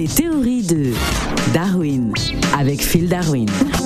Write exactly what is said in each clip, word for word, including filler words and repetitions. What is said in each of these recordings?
Les théories de Darwin avec Phil Darwin.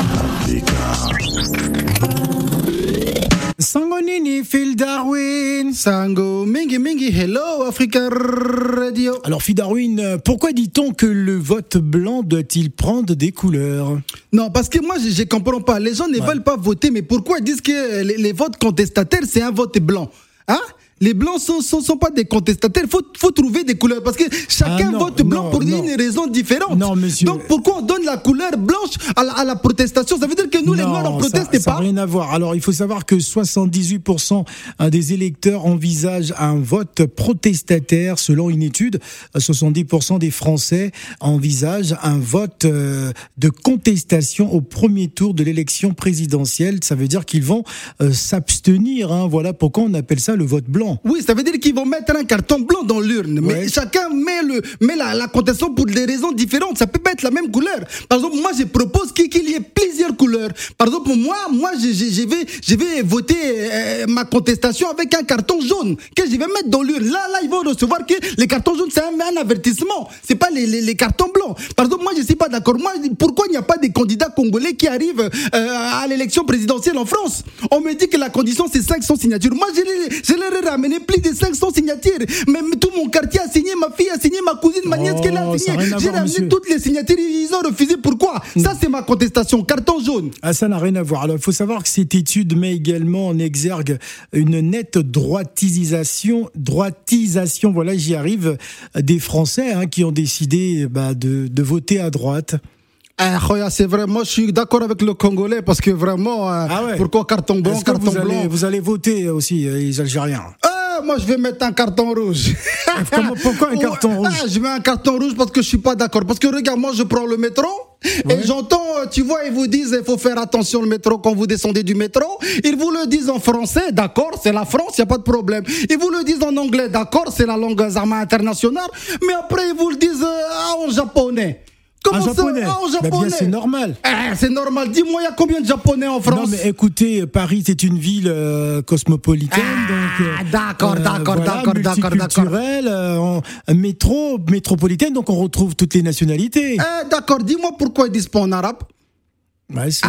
Sango nini, Phil Darwin. Sango mingi mingi, hello Africa Radio. Alors Phil Darwin, pourquoi dit-on que le vote blanc doit-il prendre des couleurs? Non, parce que moi je, je comprends pas. Les gens ne Ouais. veulent pas voter, mais pourquoi ils disent que les, les votes contestataires c'est un vote blanc? Hein? Les blancs sont, sont, sont pas des contestataires. Il faut, faut trouver des couleurs parce que chacun Ah non, vote blanc non, pour non. une raison différente. Non, monsieur. Donc pourquoi on donne la couleur blanche à la, à la protestation? Ça veut dire que nous, les Non, Noirs, on ça- proteste ça pas. n'a rien à voir. Alors, il faut savoir que soixante-dix-huit pour cent des électeurs envisagent un vote protestataire, selon une étude. soixante-dix pour cent des Français envisagent un vote euh, de contestation au premier tour de l'élection présidentielle. Ça veut dire qu'ils vont euh, s'abstenir. Hein. Voilà pourquoi on appelle ça le vote blanc. Oui, ça veut dire qu'ils vont mettre un carton blanc dans l'urne. Ouais. Mais chacun met, le, met la, la contestation pour des raisons différentes. Ça peut pas être la même couleur. Par exemple, moi, je propose qu'il qu'il y ait plusieurs couleurs. Par exemple, moi, moi je, je, je, vais, je vais voter euh, ma contestation avec un carton jaune que je vais mettre dans l'urne. Là, là, ils vont recevoir que les cartons jaunes, c'est un, un avertissement. C'est pas les, les, les cartons blancs. Par exemple, moi, je suis pas d'accord. Moi, pourquoi il n'y a pas des candidats congolais qui arrivent euh, à l'élection présidentielle en France? On me dit que la condition, c'est cinq cents signatures. Moi, je, les, je leur ai ramené plus de cinq cents signatures. Même tout mon quartier a signé, ma fille a signé, ma cousine, ma nièce, Oh, qu'elle a ça a signé. rien à J'ai voir, ramené monsieur. toutes les signatures, ils ont refusé. Pourquoi? Ça, c'est ma contestation. Carton jaune. Ah, ça n'a rien à voir. Alors, il faut savoir que cette étude met également en exergue une nette droitisation, droitisation, voilà, j'y arrive, des Français hein, qui ont décidé bah, de, de voter à droite. Ah, Khoya, c'est vrai, moi je suis d'accord avec le Congolais parce que vraiment, euh, Ah ouais. pourquoi carton blanc, Est-ce que carton vous blanc allez, vous allez voter aussi, euh, les Algériens? Ah, moi je vais mettre un carton rouge. Comment- pourquoi un carton rouge? Ah, je mets un carton rouge parce que je suis pas d'accord. Parce que regarde, moi je prends le métro Ouais. et j'entends, euh, tu vois, ils vous disent il faut faire attention le métro quand vous descendez du métro. Ils vous le disent en français, d'accord, c'est la France, il y a pas de problème. Ils vous le disent en anglais, d'accord, c'est la langue Zama internationale. Mais après ils vous le disent euh, en japonais. En Comment japonais? ça? Ah, en Bah bien, japonais. c'est normal. Ah, c'est normal. Dis-moi, il y a combien de Japonais en France? Non, mais écoutez, Paris, c'est une ville euh, cosmopolitaine. Ah, donc, euh, d'accord, d'accord, voilà, d'accord, d'accord, d'accord. multiculturelle, euh, en- métro, métropolitaine, donc on retrouve toutes les nationalités. Eh, d'accord, dis-moi pourquoi ils disent pas en arabe. Ouais, c'est-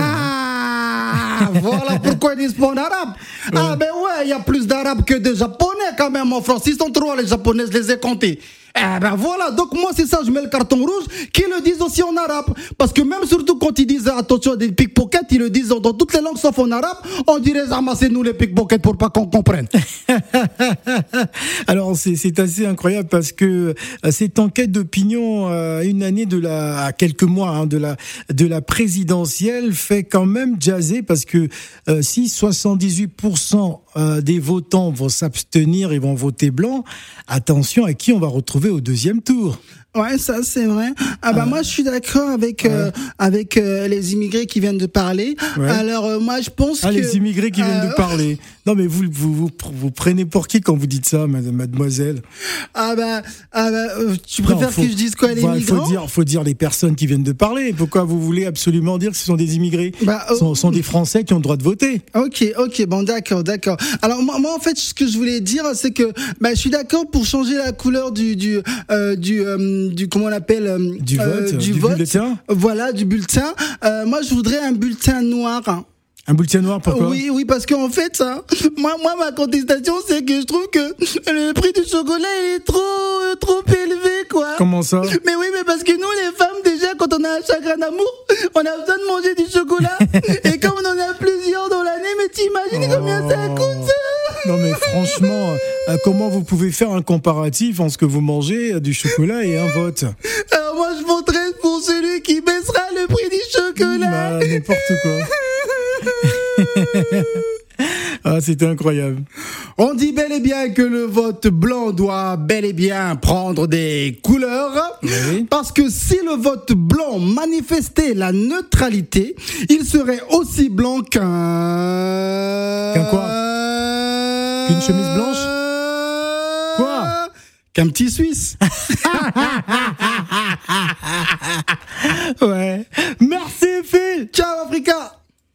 Ah, voilà pourquoi ils disent pas en arabe. Ah, ben ouais, il y a plus d'arabes que de japonais quand même en France. Ils sont trois, les japonais, je les ai comptés. Eh ben voilà, donc moi c'est ça, je mets le carton rouge, qu'ils le disent aussi en arabe. Parce que même surtout quand ils disent attention à des pickpockets, ils le disent dans toutes les langues sauf en arabe, on dirait ramassez-nous les pickpockets pour pas qu'on comprenne. Alors c'est c'est assez incroyable parce que euh, cette enquête d'opinion euh, une année de la à quelques mois hein, de la de la présidentielle fait quand même jaser parce que euh, si soixante-dix-huit pour cent euh, des votants vont s'abstenir et vont voter blanc, attention à qui on va retrouver au deuxième tour. Ouais, ça c'est vrai. Ah bah moi je suis d'accord avec euh, avec euh, les immigrés qui viennent de parler. Ouais. Alors euh, moi je pense Ah, que les immigrés qui viennent euh, de parler. Non, mais vous, vous, vous, vous prenez pour qui quand vous dites ça, madame- mademoiselle? Ah bah, ah bah euh, tu préfères Non, faut- que je dise quoi les voilà, migrants? faut dire, faut dire les personnes qui viennent de parler. Pourquoi vous voulez absolument dire que ce sont des immigrés? Bah, Ce euh, sont, sont des Français qui ont le droit de voter. Ok, ok, bon d'accord, d'accord. Alors moi, moi en fait ce que je voulais dire c'est que bah, je suis d'accord pour changer la couleur du du euh, du, euh, du comment on l'appelle euh, Du euh, vote, du, du vote. bulletin. Voilà, du bulletin. Euh, moi je voudrais un bulletin noir. Hein. Un bulletin noir, pourquoi? Oui, oui, parce qu'en fait, ça, moi, moi, ma contestation, c'est que je trouve que le prix du chocolat il est trop, euh, trop élevé, quoi. Comment ça? Mais oui, mais parce que nous, les femmes, déjà, quand on a un chagrin d'amour, on a besoin de manger du chocolat. Et comme on en a plusieurs dans l'année, mais t'imagines combien ça coûte, ça? Non mais franchement, euh, comment vous pouvez faire un comparatif entre ce que vous mangez, euh, du chocolat et un vote? Alors moi, je voterai pour celui qui baissera le prix du chocolat. Bah, n'importe quoi. Ah, c'était incroyable. On dit bel et bien que le vote blanc doit bel et bien prendre des couleurs, Oui. parce que si le vote blanc manifestait la neutralité, il serait aussi blanc qu'un... Qu'un quoi? Qu'une chemise blanche? Quoi? Qu'un petit Suisse. Ouais. Merci Phil. Ciao Africa.